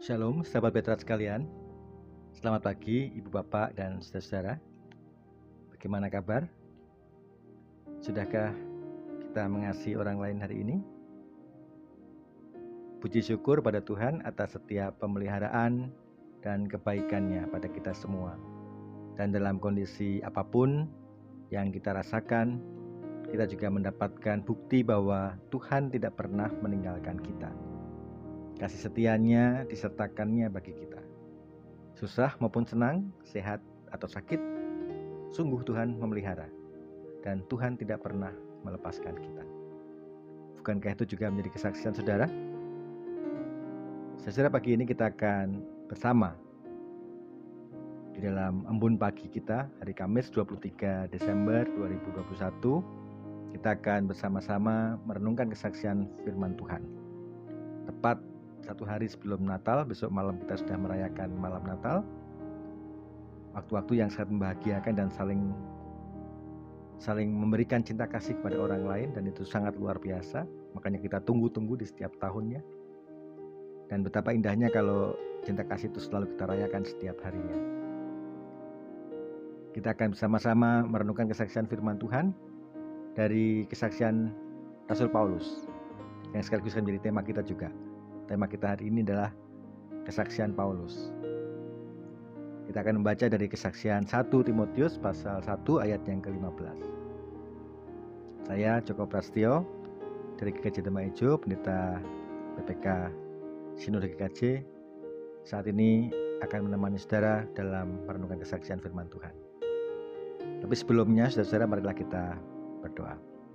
Shalom, sahabat Petra sekalian. Selamat pagi, Ibu Bapak dan saudara-saudara. Bagaimana kabar? Sudahkah kita mengasihi orang lain hari ini? Puji syukur pada Tuhan atas setiap pemeliharaan dan kebaikannya pada kita semua. Dan dalam kondisi apapun yang kita rasakan, kita juga mendapatkan bukti bahwa Tuhan tidak pernah meninggalkan kita. Kasih setianya disertakannya bagi kita. Susah maupun senang, sehat atau sakit, sungguh Tuhan memelihara. Dan Tuhan tidak pernah melepaskan kita. Bukankah itu juga menjadi kesaksian saudara? Saudara, pagi ini kita akan bersama di dalam embun pagi kita, hari Kamis 23 Desember 2021. Kita akan bersama-sama merenungkan kesaksian firman Tuhan. Tepat satu hari sebelum Natal, besok malam kita sudah merayakan malam Natal. Waktu-waktu yang sangat membahagiakan dan saling memberikan cinta kasih kepada orang lain, dan itu sangat luar biasa. Makanya kita tunggu-tunggu di setiap tahunnya. Dan betapa indahnya kalau cinta kasih itu selalu kita rayakan setiap harinya. Kita akan bersama-sama merenungkan kesaksian firman Tuhan dari kesaksian Rasul Paulus, yang sekaligus akan menjadi tema kita juga. Tema kita hari ini adalah kesaksian Paulus. Kita akan membaca dari kesaksian 1 Timotius pasal 1 ayat yang ke-15. Saya Joko Prastio dari GKJ Tema Ijo, pendeta PPK Sinode GKJ, saat ini akan menemani saudara dalam merenungkan kesaksian firman Tuhan. Tapi sebelumnya, saudara-saudara, marilah kita berdoa.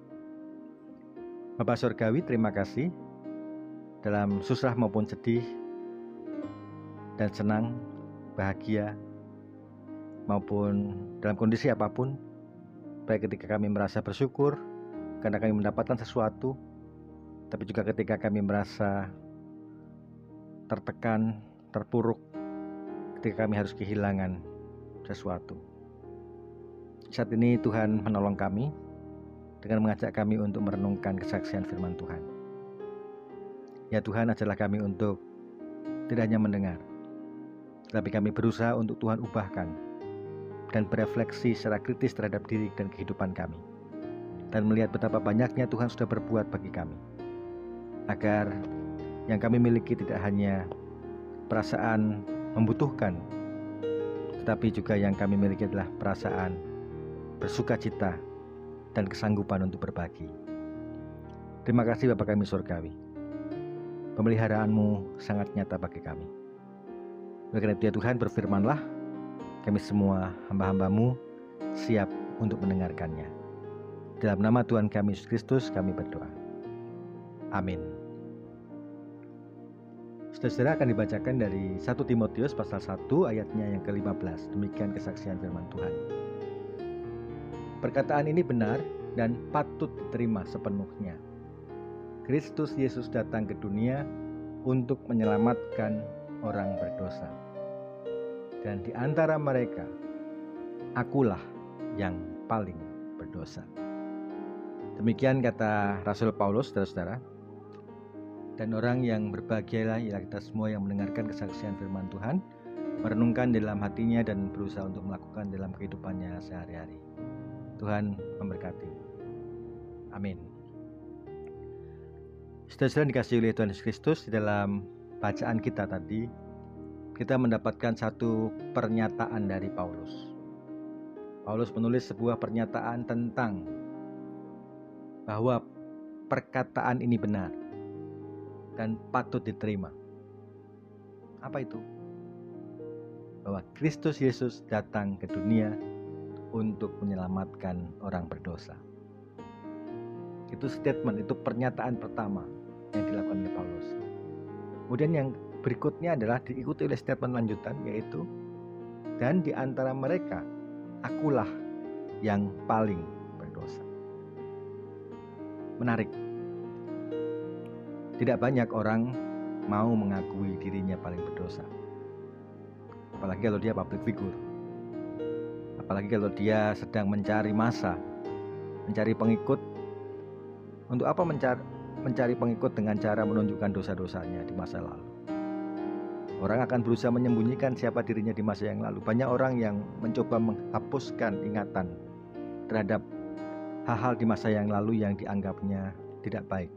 Bapa Surgawi, terima kasih. Dalam susah maupun sedih dan senang, bahagia, maupun dalam kondisi apapun, baik ketika kami merasa bersyukur karena kami mendapatkan sesuatu, tapi juga ketika kami merasa tertekan, terpuruk, ketika kami harus kehilangan sesuatu. Saat ini Tuhan menolong kami dengan mengajak kami untuk merenungkan kesaksian firman Tuhan. Ya Tuhan, ajarlah kami untuk tidak hanya mendengar, tapi kami berusaha untuk Tuhan ubahkan dan berefleksi secara kritis terhadap diri dan kehidupan kami, dan melihat betapa banyaknya Tuhan sudah berbuat bagi kami, agar yang kami miliki tidak hanya perasaan membutuhkan, tetapi juga yang kami miliki adalah perasaan bersukacita dan kesanggupan untuk berbagi. Terima kasih Bapa kami surgawi. Pemeliharaanmu sangat nyata bagi kami. Oleh karena itu ya Tuhan, berfirmanlah, kami semua hamba-hambamu siap untuk mendengarkannya. Dalam nama Tuhan kami Yesus Kristus kami berdoa. Amin. Saudara, akan dibacakan dari 1 Timotius pasal 1 ayatnya yang ke-15. Demikian kesaksian firman Tuhan. Perkataan ini benar dan patut diterima sepenuhnya. Kristus Yesus datang ke dunia untuk menyelamatkan orang berdosa. Dan di antara mereka, akulah yang paling berdosa. Demikian kata Rasul Paulus, saudara-saudara. Dan orang yang berbahagialah ialah kita semua yang mendengarkan kesaksian firman Tuhan, merenungkan dalam hatinya dan berusaha untuk melakukan dalam kehidupannya sehari-hari. Tuhan memberkati. Amin. Saudara-saudara dikasihi oleh Tuhan Yesus Kristus, di dalam bacaan kita tadi, kita mendapatkan satu pernyataan dari Paulus. Paulus menulis sebuah pernyataan tentang bahwa perkataan ini benar dan patut diterima. Apa itu? Bahwa Kristus Yesus datang ke dunia untuk menyelamatkan orang berdosa. Itu statement, itu pernyataan pertama yang dilakukan oleh Paulus. Kemudian yang berikutnya adalah diikuti oleh statement lanjutan, yaitu dan di antara mereka akulah yang paling berdosa. Menarik. Tidak banyak orang mau mengakui dirinya paling berdosa. Apalagi kalau dia public figure. Apalagi kalau dia sedang mencari massa, mencari pengikut. Untuk apa mencari pengikut dengan cara menunjukkan dosa-dosanya di masa lalu? Orang akan berusaha menyembunyikan siapa dirinya di masa yang lalu. Banyak orang yang mencoba menghapuskan ingatan terhadap hal-hal di masa yang lalu yang dianggapnya tidak baik.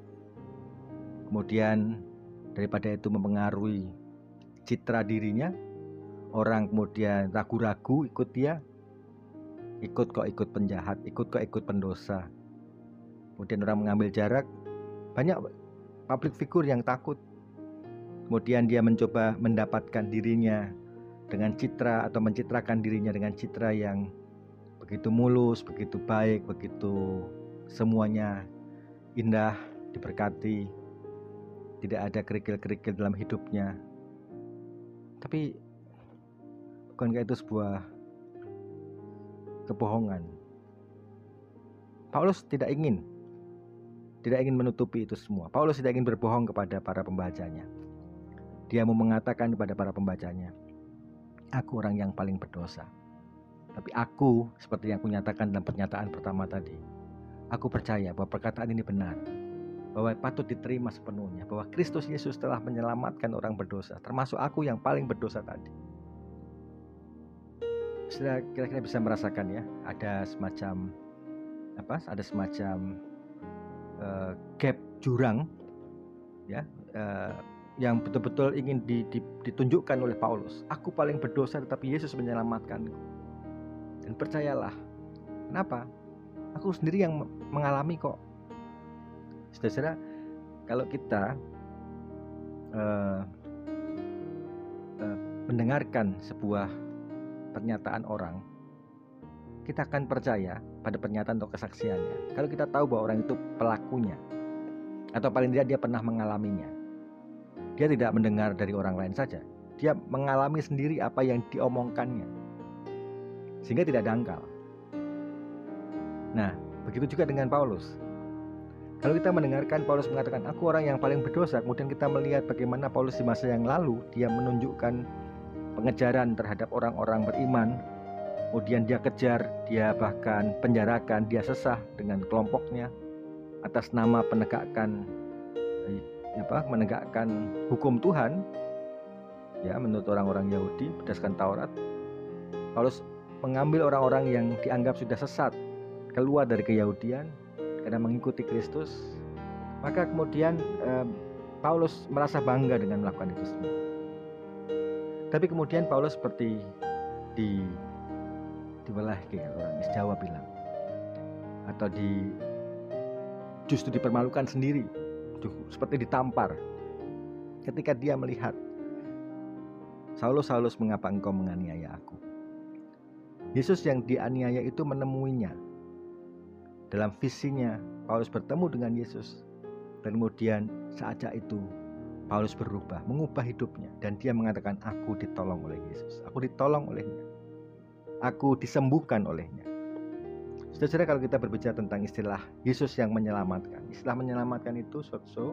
Kemudian daripada itu mempengaruhi citra dirinya, orang kemudian ragu-ragu ikut dia, ikut penjahat, ikut pendosa. Kemudian orang mengambil jarak. Banyak public figure yang takut. Kemudian dia mencoba mendapatkan dirinya dengan citra atau mencitrakan dirinya dengan citra yang begitu mulus, begitu baik, begitu semuanya indah, diberkati, tidak ada kerikil-kerikil dalam hidupnya. Tapi bukankah itu sebuah kebohongan? Paulus tidak ingin menutupi itu semua. Paulus tidak ingin berbohong kepada para pembacanya. Dia mau mengatakan kepada para pembacanya, aku orang yang paling berdosa. Tapi aku, seperti yang aku nyatakan dalam pernyataan pertama tadi, aku percaya bahwa perkataan ini benar, bahwa patut diterima sepenuhnya, bahwa Kristus Yesus telah menyelamatkan orang berdosa, termasuk aku yang paling berdosa tadi. Sudah kira-kira bisa merasakan ya, ada semacam gap jurang ya, yang betul-betul ingin ditunjukkan oleh Paulus. Aku paling berdosa tetapi Yesus menyelamatkanku. Dan percayalah, kenapa? Aku sendiri yang mengalami kok. Saudara, kalau kita mendengarkan sebuah pernyataan orang, kita akan percaya pada pernyataan atau kesaksiannya. Kalau kita tahu bahwa orang itu pelakunya, atau paling tidak dia pernah mengalaminya. Dia tidak mendengar dari orang lain saja, dia mengalami sendiri apa yang diomongkannya, sehingga tidak dangkal. Nah, begitu juga dengan Paulus. Kalau kita mendengarkan Paulus mengatakan, aku orang yang paling berdosa, kemudian kita melihat bagaimana Paulus di masa yang lalu, dia menunjukkan pengejaran terhadap orang-orang beriman, kemudian dia kejar, dia bahkan penjarakan, dia sesah dengan kelompoknya atas nama menegakkan hukum Tuhan, ya, menurut orang-orang Yahudi berdasarkan Taurat. Paulus mengambil orang-orang yang dianggap sudah sesat keluar dari keyahudian karena mengikuti Kristus. Maka kemudian Paulus merasa bangga dengan melakukan itu semua. Tapi kemudian Paulus seperti diwelahke, orang Jawa bilang, atau justru dipermalukan sendiri, seperti ditampar ketika dia melihat, Saulus, Saulus, mengapa engkau menganiaya aku? Yesus yang dianiaya itu menemuinya. Dalam visinya Paulus bertemu dengan Yesus, dan kemudian saat itu Paulus berubah, mengubah hidupnya, dan dia mengatakan, aku ditolong oleh Yesus, aku ditolong olehnya, aku disembuhkan olehnya. Saudara, kalau kita berbicara tentang istilah Yesus yang menyelamatkan, istilah menyelamatkan itu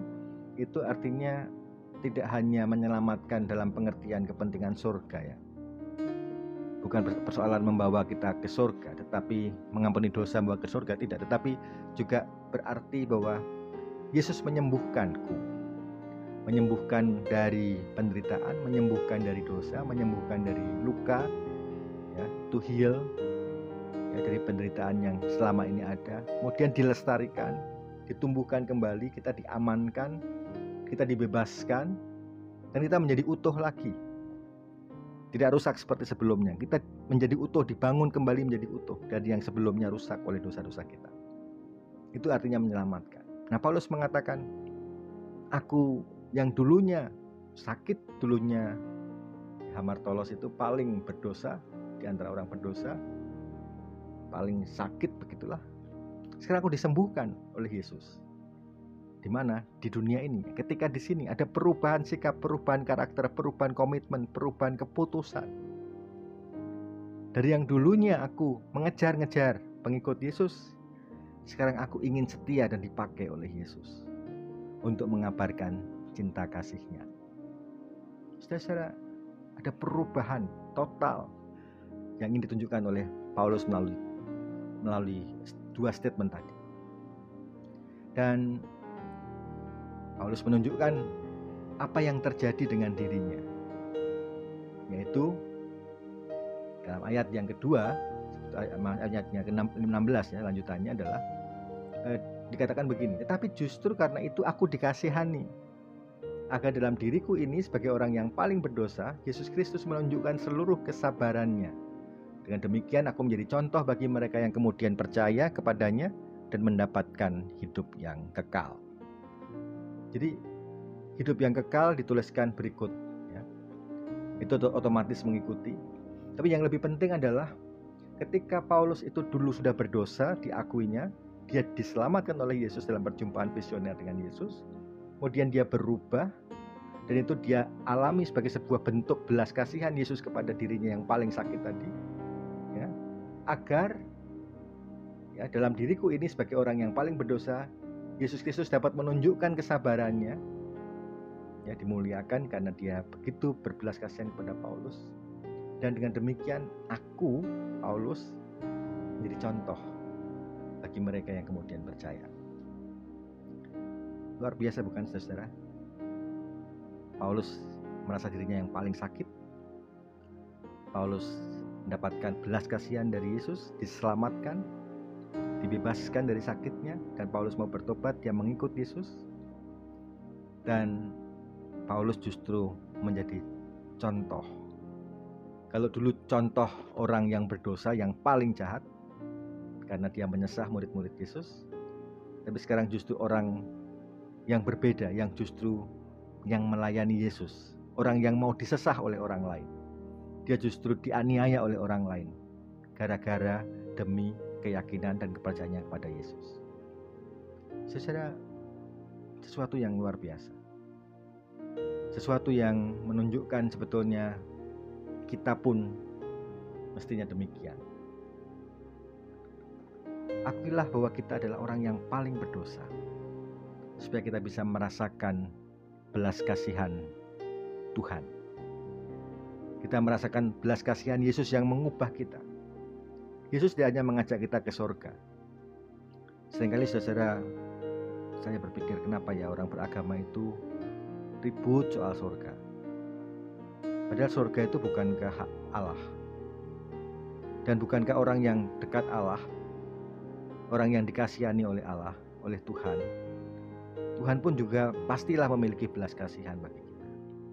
artinya tidak hanya menyelamatkan dalam pengertian kepentingan surga, ya. Bukan persoalan membawa kita ke surga, tetapi mengampuni dosa membawa ke surga, tidak. Tetapi juga berarti bahwa Yesus menyembuhkanku, menyembuhkan dari penderitaan, menyembuhkan dari dosa, menyembuhkan dari luka, ya, to heal, ya, dari penderitaan yang selama ini ada, kemudian dilestarikan, ditumbuhkan kembali, kita diamankan, kita dibebaskan, dan kita menjadi utuh lagi. Tidak rusak seperti sebelumnya. Kita menjadi utuh, dibangun kembali menjadi utuh dari yang sebelumnya rusak oleh dosa-dosa kita. Itu artinya menyelamatkan. Nah, Paulus mengatakan, aku yang dulunya sakit, dulunya hamartolos itu paling berdosa di antara orang berdosa, paling sakit begitulah. Sekarang aku disembuhkan oleh Yesus. Di mana? Di dunia ini. Ketika di sini ada perubahan sikap, perubahan karakter, perubahan komitmen, perubahan keputusan. Dari yang dulunya aku mengejar-ngejar pengikut Yesus, sekarang aku ingin setia dan dipakai oleh Yesus untuk mengabarkan cinta kasih-Nya. Saudara, ada perubahan total yang ingin ditunjukkan oleh Paulus melalui dua statement tadi. Dan Paulus menunjukkan apa yang terjadi dengan dirinya. yaitu dalam ayat yang kedua, ayatnya ke-16 ya, lanjutannya adalah dikatakan begini, tetapi justru karena itu aku dikasihani, agar dalam diriku ini sebagai orang yang paling berdosa, Yesus Kristus menunjukkan seluruh kesabarannya. Dengan demikian aku menjadi contoh bagi mereka yang kemudian percaya kepadanya dan mendapatkan hidup yang kekal. Jadi hidup yang kekal dituliskan berikut ya. Itu otomatis mengikuti. Tapi yang lebih penting adalah ketika Paulus itu dulu sudah berdosa, diakuinya, dia diselamatkan oleh Yesus dalam perjumpaan visioner dengan Yesus. Kemudian dia berubah, dan itu dia alami sebagai sebuah bentuk belas kasihan Yesus kepada dirinya yang paling sakit tadi, ya, agar ya, dalam diriku ini sebagai orang yang paling berdosa, Yesus Kristus dapat menunjukkan kesabarannya, ya, dimuliakan karena dia begitu berbelas kasihan kepada Paulus. Dan dengan demikian aku, Paulus, menjadi contoh bagi mereka yang kemudian percaya. Luar biasa bukan saudara? Paulus merasa dirinya yang paling sakit. Paulus mendapatkan belas kasihan dari Yesus, diselamatkan, dibebaskan dari sakitnya, dan Paulus mau bertobat, dia mengikut Yesus. Dan Paulus justru menjadi contoh. Kalau dulu contoh orang yang berdosa yang paling jahat karena dia menyesah murid-murid Yesus, tapi sekarang justru orang yang berbeda, yang justru yang melayani Yesus, orang yang mau disesah oleh orang lain. Dia justru dianiaya oleh orang lain gara-gara demi keyakinan dan kepercayaannya kepada Yesus. Sesuatu yang luar biasa. Sesuatu yang menunjukkan sebetulnya kita pun mestinya demikian. Akuilah bahwa kita adalah orang yang paling berdosa, supaya kita bisa merasakan belas kasihan Tuhan. Kita merasakan belas kasihan Yesus yang mengubah kita. Yesus tidak hanya mengajak kita ke surga. Seringkali saudara, saya berpikir kenapa ya orang beragama itu ribut soal surga. Padahal surga itu bukankah hak Allah? Dan bukankah orang yang dekat Allah, orang yang dikasihani oleh Allah, oleh Tuhan, Tuhan pun juga pastilah memiliki belas kasihan bagi kita.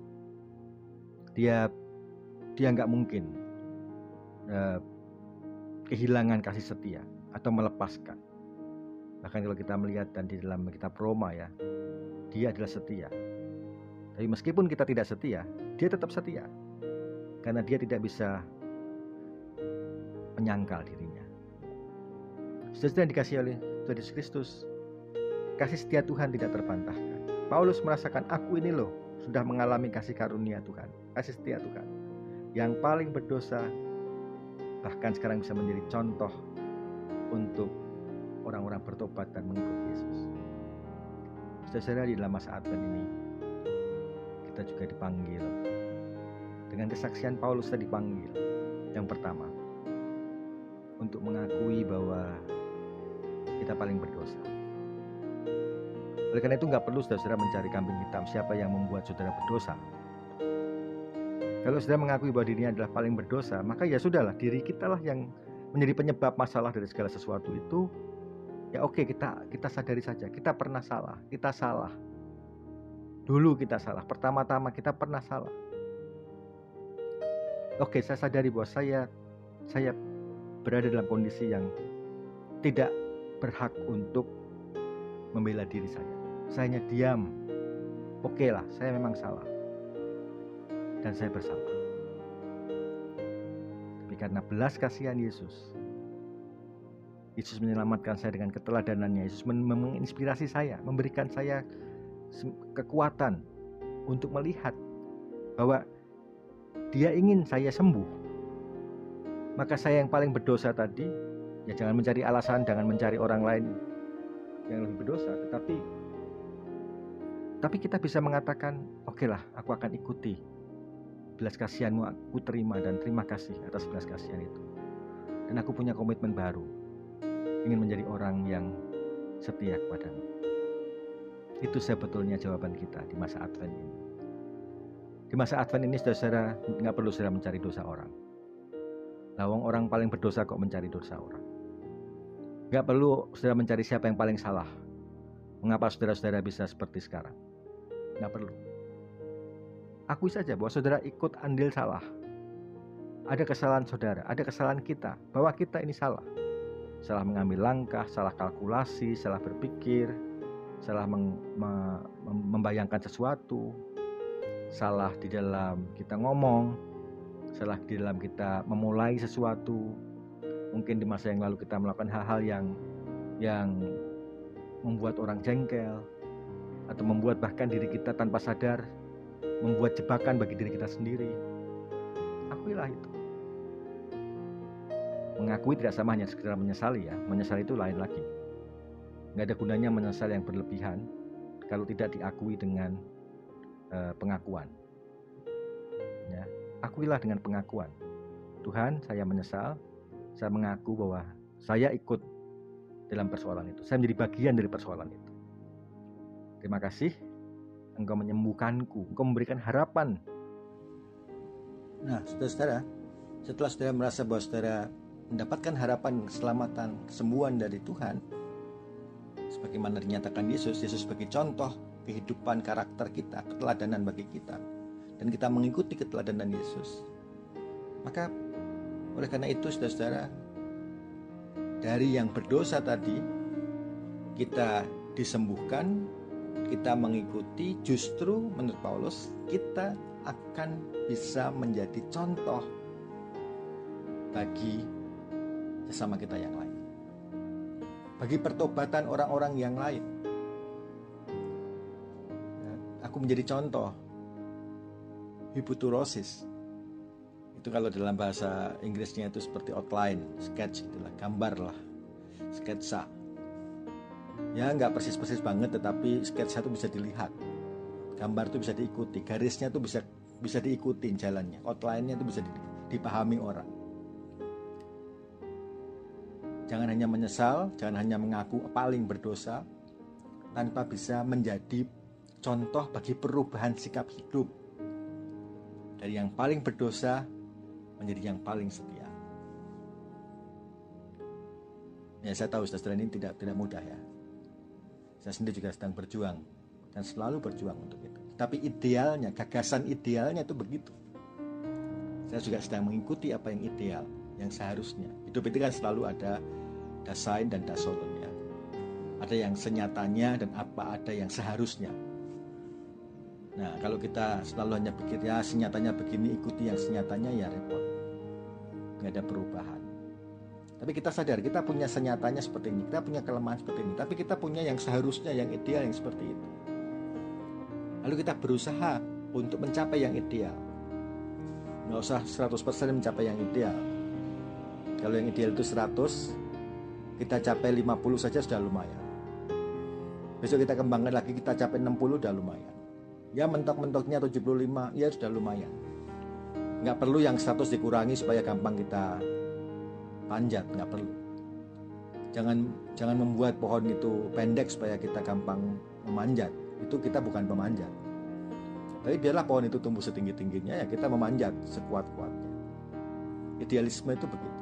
Dia nggak mungkin kehilangan kasih setia atau melepaskan. Bahkan kalau kita melihat dan di dalam kitab Roma ya, dia adalah setia. Tapi meskipun kita tidak setia, dia tetap setia. Karena dia tidak bisa menyangkal dirinya. Sesudah yang dikasih oleh Tuhan Yesus Kristus, kasih setia Tuhan tidak terbantahkan. Paulus merasakan, aku ini loh sudah mengalami kasih karunia Tuhan, kasih setia Tuhan, yang paling berdosa, bahkan sekarang bisa menjadi contoh untuk orang-orang bertobat dan mengikut Yesus. Saudara, di dalam masa Advent ini kita juga dipanggil dengan kesaksian Paulus tadi, dipanggil yang pertama untuk mengakui bahwa kita paling berdosa. Oleh karena itu nggak perlu saudara mencari kambing hitam siapa yang membuat saudara berdosa. Kalau saudara mengakui bahwa dirinya adalah paling berdosa, maka ya sudahlah, diri kita lah yang menjadi penyebab masalah dari segala sesuatu itu. Ya oke, kita sadari saja, kita pernah salah, kita salah. Dulu kita salah, pertama-tama kita pernah salah. Oke, saya sadari bahwa saya berada dalam kondisi yang tidak berhak untuk membela diri saya. Saya hanya diam. Oke lah, saya memang salah. Dan saya bersalah. Tapi karena belas kasihan Yesus menyelamatkan saya dengan keteladanannya. Yesus menginspirasi saya, memberikan saya kekuatan untuk melihat bahwa Dia ingin saya sembuh. Maka saya yang paling berdosa tadi, ya jangan mencari alasan, jangan mencari orang lain yang lebih berdosa, tapi kita bisa mengatakan, oke lah, aku akan ikuti belas kasihanmu, aku terima dan terima kasih atas belas kasihan itu. Dan aku punya komitmen baru, ingin menjadi orang yang setia kepadamu. Itu sebetulnya jawaban kita di masa Advent ini. masa Advent ini saudara nggak perlu saudara mencari dosa orang. Lawang orang paling berdosa kok mencari dosa orang. Nggak perlu saudara mencari siapa yang paling salah. Mengapa saudara-saudara bisa seperti sekarang? Nggak perlu. Akui saja bahwa saudara ikut andil salah. Ada kesalahan saudara, ada kesalahan kita, bahwa kita ini salah. Salah mengambil langkah, salah kalkulasi, salah berpikir, salah membayangkan sesuatu, salah di dalam kita ngomong, salah di dalam kita memulai sesuatu. Mungkin di masa yang lalu kita melakukan hal-hal yang membuat orang jengkel, atau membuat bahkan diri kita tanpa sadar membuat jebakan bagi diri kita sendiri. Akuilah itu. Mengakui tidak sama hanya sekedar menyesali ya. Menyesali itu lain lagi. Nggak ada gunanya menyesal yang berlebihan kalau tidak diakui dengan pengakuan. Ya, akuilah dengan pengakuan. Tuhan, saya menyesal. Saya mengaku bahwa saya ikut dalam persoalan itu. Saya menjadi bagian dari persoalan itu. Terima kasih. Engkau menyembuhkanku. Engkau memberikan harapan. Nah, saudara-saudara, setelah saudara merasa bahwa saudara mendapatkan harapan, keselamatan, kesembuhan dari Tuhan, sebagaimana dinyatakan Yesus sebagai contoh kehidupan karakter kita, keteladanan bagi kita, dan kita mengikuti keteladanan Yesus. Maka oleh karena itu saudara-saudara, dari yang berdosa tadi kita disembuhkan, kita mengikuti, justru menurut Paulus kita akan bisa menjadi contoh bagi sesama kita yang lain, bagi pertobatan orang-orang yang lain. Aku menjadi contoh. Hiputurosis itu kalau dalam bahasa Inggrisnya itu seperti outline, sketch itulah, gambar lah, sketsa. Ya nggak persis-persis banget, tetapi sketsa itu bisa dilihat, gambar itu bisa diikuti, garisnya itu bisa diikuti jalannya, outline-nya itu bisa dipahami orang. Jangan hanya menyesal, jangan hanya mengaku paling berdosa, tanpa bisa menjadi contoh bagi perubahan sikap hidup. Dari yang paling berdosa menjadi yang paling setia. Ya, saya tahu saudara ini tidak mudah ya. Saya sendiri juga sedang berjuang dan selalu berjuang untuk itu. Tapi idealnya, gagasan idealnya itu begitu. Saya juga sedang mengikuti apa yang ideal, yang seharusnya. Hidup itu kan selalu ada dasain dan dasolun ya. Ada yang senyatanya dan ada yang seharusnya. Nah, kalau kita selalu hanya pikir ya senyatanya begini, ikuti yang senyatanya, ya repot. Nggak ada perubahan. Tapi kita sadar kita punya senyatanya seperti ini, kita punya kelemahan seperti ini, tapi kita punya yang seharusnya, yang ideal yang seperti itu. Lalu kita berusaha untuk mencapai yang ideal. Nggak usah 100% mencapai yang ideal. Kalau yang ideal itu 100, kita capai 50 saja sudah lumayan. Besok kita kembangkan lagi, kita capai 60 sudah lumayan. Ya mentok-mentoknya 75, ya sudah lumayan. Nggak perlu yang 100 dikurangi supaya gampang kita panjat, nggak perlu. Jangan membuat pohon itu pendek supaya kita gampang memanjat. Itu kita bukan pemanjat. Tapi biarlah pohon itu tumbuh setinggi-tingginya, ya kita memanjat sekuat-kuatnya. Idealisme itu begitu.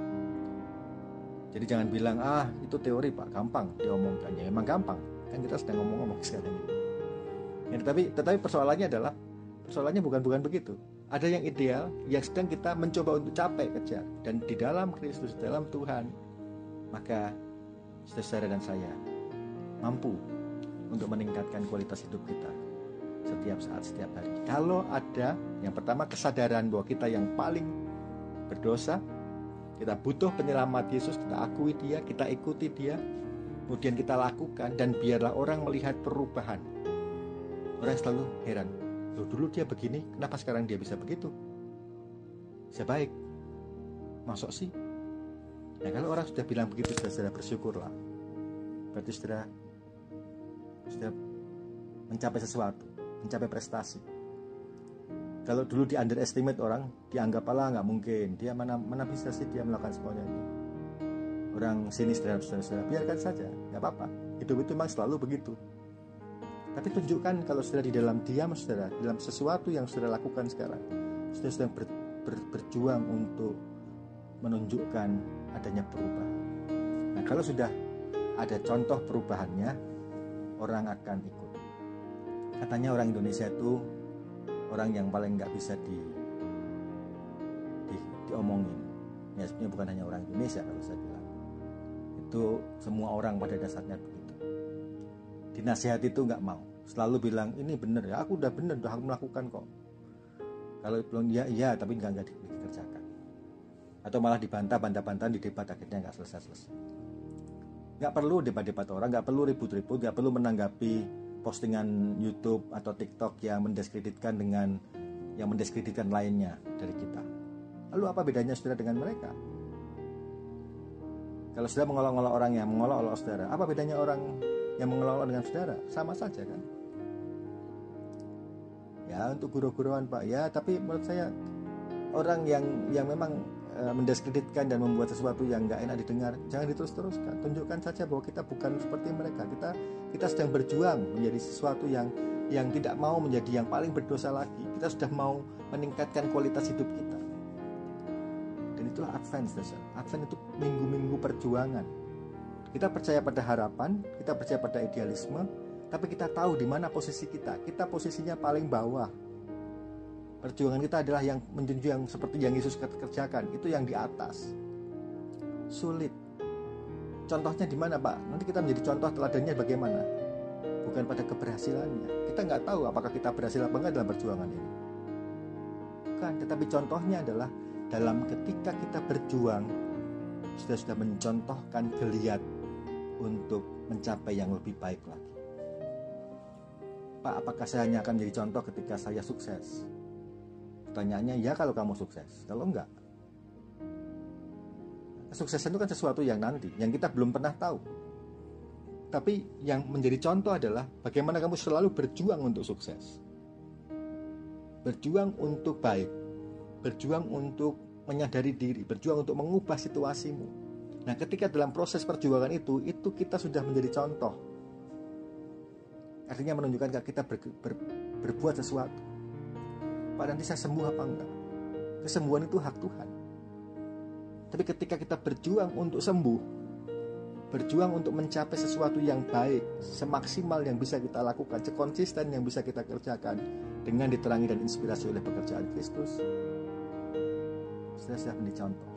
Jadi jangan bilang, itu teori Pak, gampang diomongkan. Ya memang gampang, kan kita sedang ngomong-ngomong sekarang ini. Ya, tetapi persoalannya bukan begitu. Ada yang ideal yang sedang kita mencoba untuk capai, kejar. Dan di dalam Kristus, dalam Tuhan, maka saudara dan saya mampu untuk meningkatkan kualitas hidup kita setiap saat, setiap hari. Kalau ada yang pertama kesadaran bahwa kita yang paling berdosa, kita butuh penyelamat Yesus, kita akui Dia, kita ikuti Dia, kemudian kita lakukan, dan biarlah orang melihat perubahan. Orang selalu heran, loh dulu dia begini, kenapa sekarang dia bisa begitu? Bisa baik, masuk sih? Nah kalau orang sudah bilang begitu, saudara bersyukurlah. Berarti saudara mencapai sesuatu, mencapai prestasi. Kalau dulu di underestimate orang, dianggap nggak mungkin, dia mana bisa sih dia melakukan semuanya ini. Orang sinis terhadap saudara, biarkan saja, nggak apa-apa. Hidup itu memang selalu begitu. Tapi tunjukkan kalau saudara di dalam diam saudara, dalam sesuatu yang saudara lakukan sekarang, saudara sedang berjuang untuk menunjukkan adanya perubahan. Nah, kalau sudah ada contoh perubahannya, orang akan ikut. Katanya orang Indonesia itu orang yang paling nggak bisa diomongin. Ya sebenarnya bukan hanya orang Indonesia kalau saya bilang. Itu semua orang pada dasarnya begitu. Dinasihati itu nggak mau. Selalu bilang ini benar ya, aku udah benar, udah aku melakukan kok. Kalau belum iya tapi nggak dikerjakan. Atau malah dibantah di debat, akhirnya nggak selesai. Nggak perlu debat orang, nggak perlu ribut-ribut, nggak perlu menanggapi postingan YouTube atau TikTok yang mendiskreditkan dengan yang mendiskreditkan lainnya dari kita. Lalu apa bedanya saudara dengan mereka? Kalau saudara mengolok-olok orang yang mengolok-olok saudara, apa bedanya orang yang mengolok-olok dengan saudara? Sama saja kan? Ya untuk guru-guruan Pak, ya tapi menurut saya orang yang memang mendiskreditkan dan membuat sesuatu yang nggak enak didengar, jangan diterus-teruskan. Tunjukkan saja bahwa kita bukan seperti mereka. Kita sedang berjuang menjadi sesuatu yang tidak mau menjadi yang paling berdosa lagi. Kita sudah mau meningkatkan kualitas hidup kita. Dan itulah Advent. Advent itu minggu-minggu perjuangan. Kita percaya pada harapan, kita percaya pada idealisme, tapi kita tahu di mana posisi kita. Kita posisinya paling bawah. Perjuangan kita adalah yang menjunjung seperti yang Yesus kerjakan, itu yang di atas. Sulit. Contohnya di mana Pak? Nanti kita menjadi contoh teladannya bagaimana? Bukan pada keberhasilannya. Kita nggak tahu apakah kita berhasil apa enggak dalam perjuangan ini. Bukan, tetapi contohnya adalah dalam ketika kita berjuang, sudah mencontohkan geliat untuk mencapai yang lebih baik lagi. Pak, apakah saya hanya akan menjadi contoh ketika saya sukses? Pertanyaannya ya kalau kamu sukses, kalau enggak. Kesuksesan itu kan sesuatu yang nanti, yang kita belum pernah tahu. Tapi yang menjadi contoh adalah bagaimana kamu selalu berjuang untuk sukses. Berjuang untuk baik. Berjuang untuk menyadari diri, berjuang untuk mengubah situasimu. Nah, ketika dalam proses perjuangan itu kita sudah menjadi contoh. Artinya menunjukkan kita berbuat sesuatu. Pak, nanti saya sembuh apa enggak? Kesembuhan itu hak Tuhan. Tapi ketika kita berjuang untuk sembuh, berjuang untuk mencapai sesuatu yang baik, semaksimal yang bisa kita lakukan, sekonsisten yang bisa kita kerjakan dengan diterangi dan inspirasi oleh pekerjaan Kristus, sudah menjadi contoh.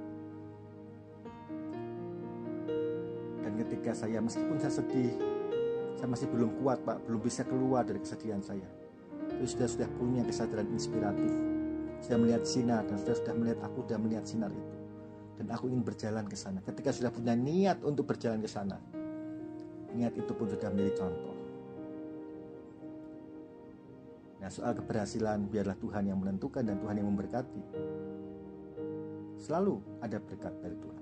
Dan ketika saya, meskipun saya sedih, saya masih belum kuat Pak, belum bisa keluar dari kesedihan saya. Itu sudah punya kesadaran inspiratif. Saya melihat sinar dan sudah melihat, aku sudah melihat sinar itu. Dan aku ingin berjalan ke sana. Ketika sudah punya niat untuk berjalan ke sana, niat itu pun sudah menjadi contoh. Nah, soal keberhasilan biarlah Tuhan yang menentukan dan Tuhan yang memberkati. Selalu ada berkat dari Tuhan.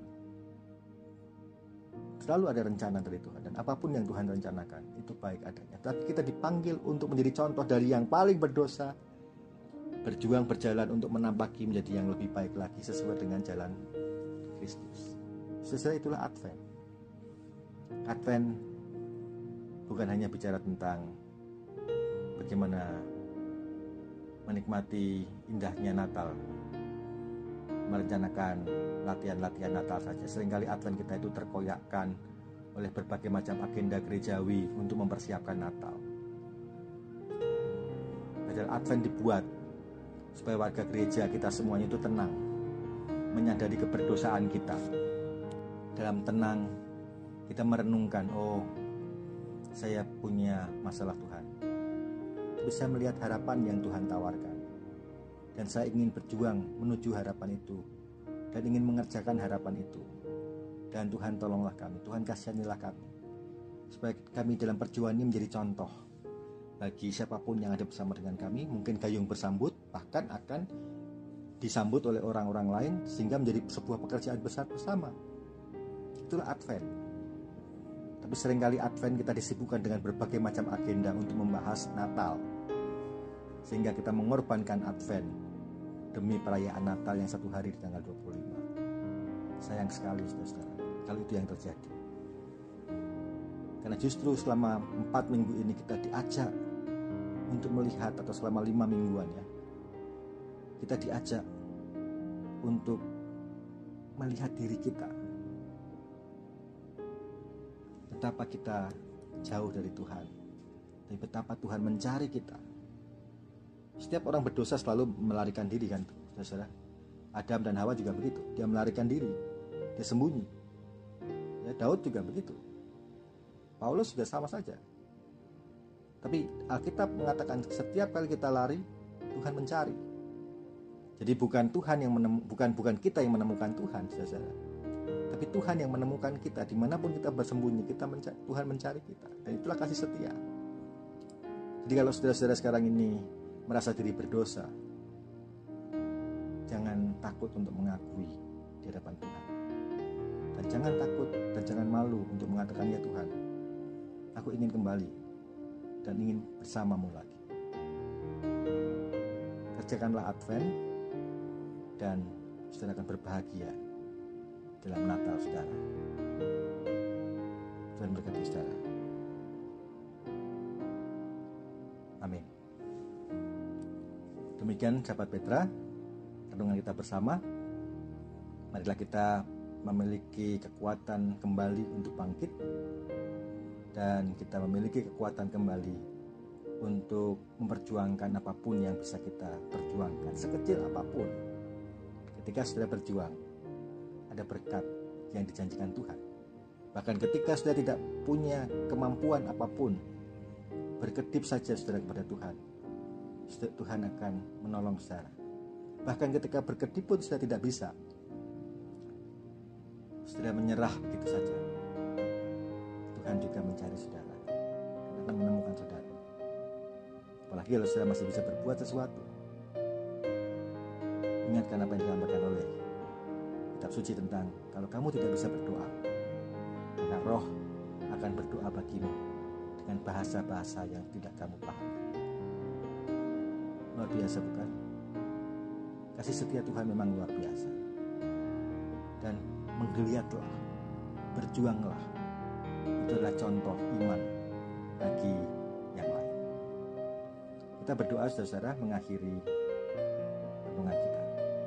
Selalu ada rencana dari Tuhan, dan apapun yang Tuhan rencanakan itu baik adanya. Tapi kita dipanggil untuk menjadi contoh dari yang paling berdosa, berjuang berjalan untuk menampaki menjadi yang lebih baik lagi sesuai dengan jalan Kristus. Sesuai itulah Advent. Advent bukan hanya bicara tentang bagaimana menikmati indahnya Natal, merencanakan latihan-latihan Natal saja. Seringkali Advent kita itu terkoyakkan oleh berbagai macam agenda gerejawi untuk mempersiapkan Natal. Padahal Advent dibuat supaya warga gereja kita semuanya itu tenang, menyadari keberdosaan kita. Dalam tenang kita merenungkan, oh saya punya masalah Tuhan, tapi saya melihat harapan yang Tuhan tawarkan. Dan saya ingin berjuang menuju harapan itu dan ingin mengerjakan harapan itu. Dan Tuhan tolonglah kami, Tuhan kasihanilah kami, supaya kami dalam perjuangan ini menjadi contoh bagi siapapun yang ada bersama dengan kami. Mungkin gayung bersambut, bahkan akan disambut oleh orang-orang lain sehingga menjadi sebuah pekerjaan besar bersama. Itulah Advent. Tapi seringkali Advent kita disibukkan dengan berbagai macam agenda untuk membahas Natal, sehingga kita mengorbankan Advent demi perayaan Natal yang satu hari di tanggal 25. Sayang sekali saudara-saudara kalau itu yang terjadi. Karena justru selama 4 minggu ini kita diajak untuk melihat, atau selama 5 mingguan ya, kita diajak untuk melihat diri kita. Betapa kita jauh dari Tuhan, tapi betapa Tuhan mencari kita. Setiap orang berdosa selalu melarikan diri kan, saudara. Adam dan Hawa juga begitu, dia melarikan diri, dia sembunyi. Ya, Daud juga begitu. Paulus juga sama saja. Tapi Alkitab mengatakan setiap kali kita lari, Tuhan mencari. Jadi bukan Tuhan yang bukan kita yang menemukan Tuhan, saudara. Tapi Tuhan yang menemukan kita. Dimanapun kita bersembunyi, Tuhan mencari kita. Dan itulah kasih setia. Jadi kalau saudara-saudara sekarang ini merasa diri berdosa, jangan takut untuk mengakui di hadapan Tuhan. Dan jangan takut dan jangan malu untuk mengatakan, ya Tuhan, aku ingin kembali dan ingin bersamamu lagi. Kerjakanlah Advent dan saudara akan berbahagia dalam Natal saudara. Tuhan berkati saudara. Amin. Demikian sahabat Petra, renungan kita bersama. Marilah kita memiliki kekuatan kembali untuk bangkit, dan kita memiliki kekuatan kembali untuk memperjuangkan apapun yang bisa kita perjuangkan, sekecil apapun. Ketika saudara berjuang, ada berkat yang dijanjikan Tuhan. Bahkan ketika saudara tidak punya kemampuan apapun, berkedip saja saudara kepada Tuhan, Tuhan akan menolong saudara. Bahkan ketika berkedip pun saudara tidak bisa, saudara menyerah begitu saja, Tuhan juga mencari saudara dan akan menemukan saudara. Apalagi kalau saudara masih bisa berbuat sesuatu. Ingatkan apa yang disampaikan oleh kitab suci tentang kalau kamu tidak bisa berdoa, maka Roh akan berdoa bagimu dengan bahasa-bahasa yang tidak kamu pahami. Luar biasa bukan? Kasih setia Tuhan memang luar biasa. Dan menggeliatlah, berjuanglah. Itu adalah contoh iman bagi yang lain. Kita berdoa saudara mengakhiri renungan kita.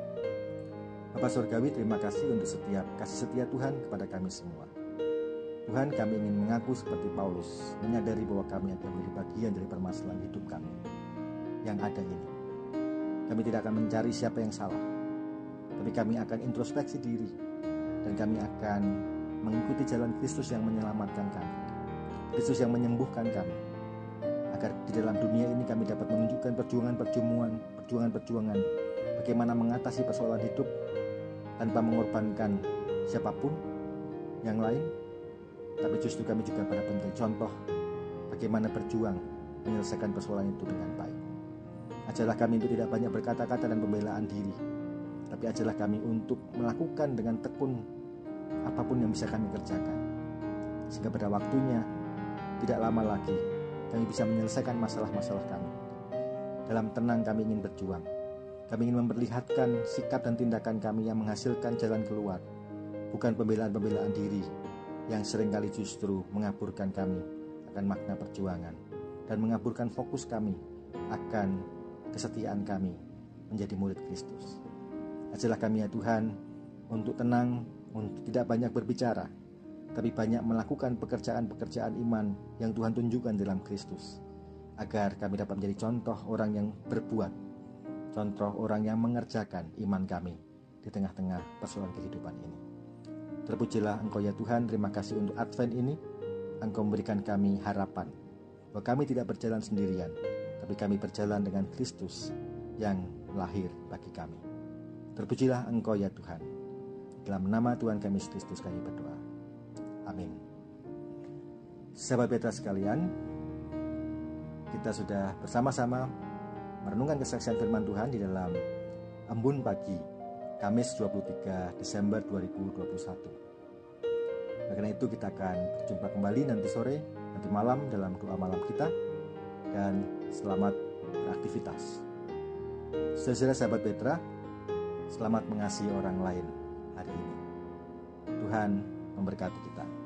Bapak Surgawi, terima kasih untuk setiap kasih setia Tuhan kepada kami semua. Tuhan, kami ingin mengaku seperti Paulus, menyadari bahwa kami akan menjadi bagian dari permasalahan hidup kami yang ada ini. Kami tidak akan mencari siapa yang salah, tapi kami akan introspeksi diri, dan kami akan mengikuti jalan Kristus yang menyelamatkan kami, Kristus yang menyembuhkan kami, agar di dalam dunia ini kami dapat menunjukkan perjuangan bagaimana mengatasi persoalan hidup tanpa mengorbankan siapapun yang lain, tapi justru kami juga dapat menjadi contoh bagaimana berjuang menyelesaikan persoalan itu dengan baik. Ajarlah kami untuk tidak banyak berkata-kata dan pembelaan diri, tapi ajarlah kami untuk melakukan dengan tekun apapun yang bisa kami kerjakan, sehingga pada waktunya tidak lama lagi kami bisa menyelesaikan masalah-masalah kami. Dalam tenang kami ingin berjuang. Kami ingin memperlihatkan sikap dan tindakan kami yang menghasilkan jalan keluar, bukan pembelaan-pembelaan diri yang seringkali justru mengaburkan kami akan makna perjuangan dan mengaburkan fokus kami akan kesetiaan kami menjadi murid Kristus. Ajarlah kami ya Tuhan untuk tenang, untuk tidak banyak berbicara, tapi banyak melakukan pekerjaan-pekerjaan iman yang Tuhan tunjukkan dalam Kristus, agar kami dapat menjadi contoh orang yang berbuat, contoh orang yang mengerjakan iman kami di tengah-tengah persoalan kehidupan ini. Terpujilah Engkau ya Tuhan, terima kasih untuk Advent ini. Engkau memberikan kami harapan bahwa kami tidak berjalan sendirian, tapi kami berjalan dengan Kristus yang lahir bagi kami. Terpujilah Engkau ya Tuhan. Dalam nama Tuhan kami Yesus Kristus kami berdoa. Amin. Sahabat Petra sekalian, kita sudah bersama-sama merenungkan kesaksian firman Tuhan di dalam Embun Pagi Kamis 23 Desember 2021. Karena itu kita akan berjumpa kembali nanti sore, nanti malam dalam doa malam kita, dan selamat beraktivitas. Saudara sahabat Petra, selamat mengasihi orang lain hari ini. Tuhan memberkati kita.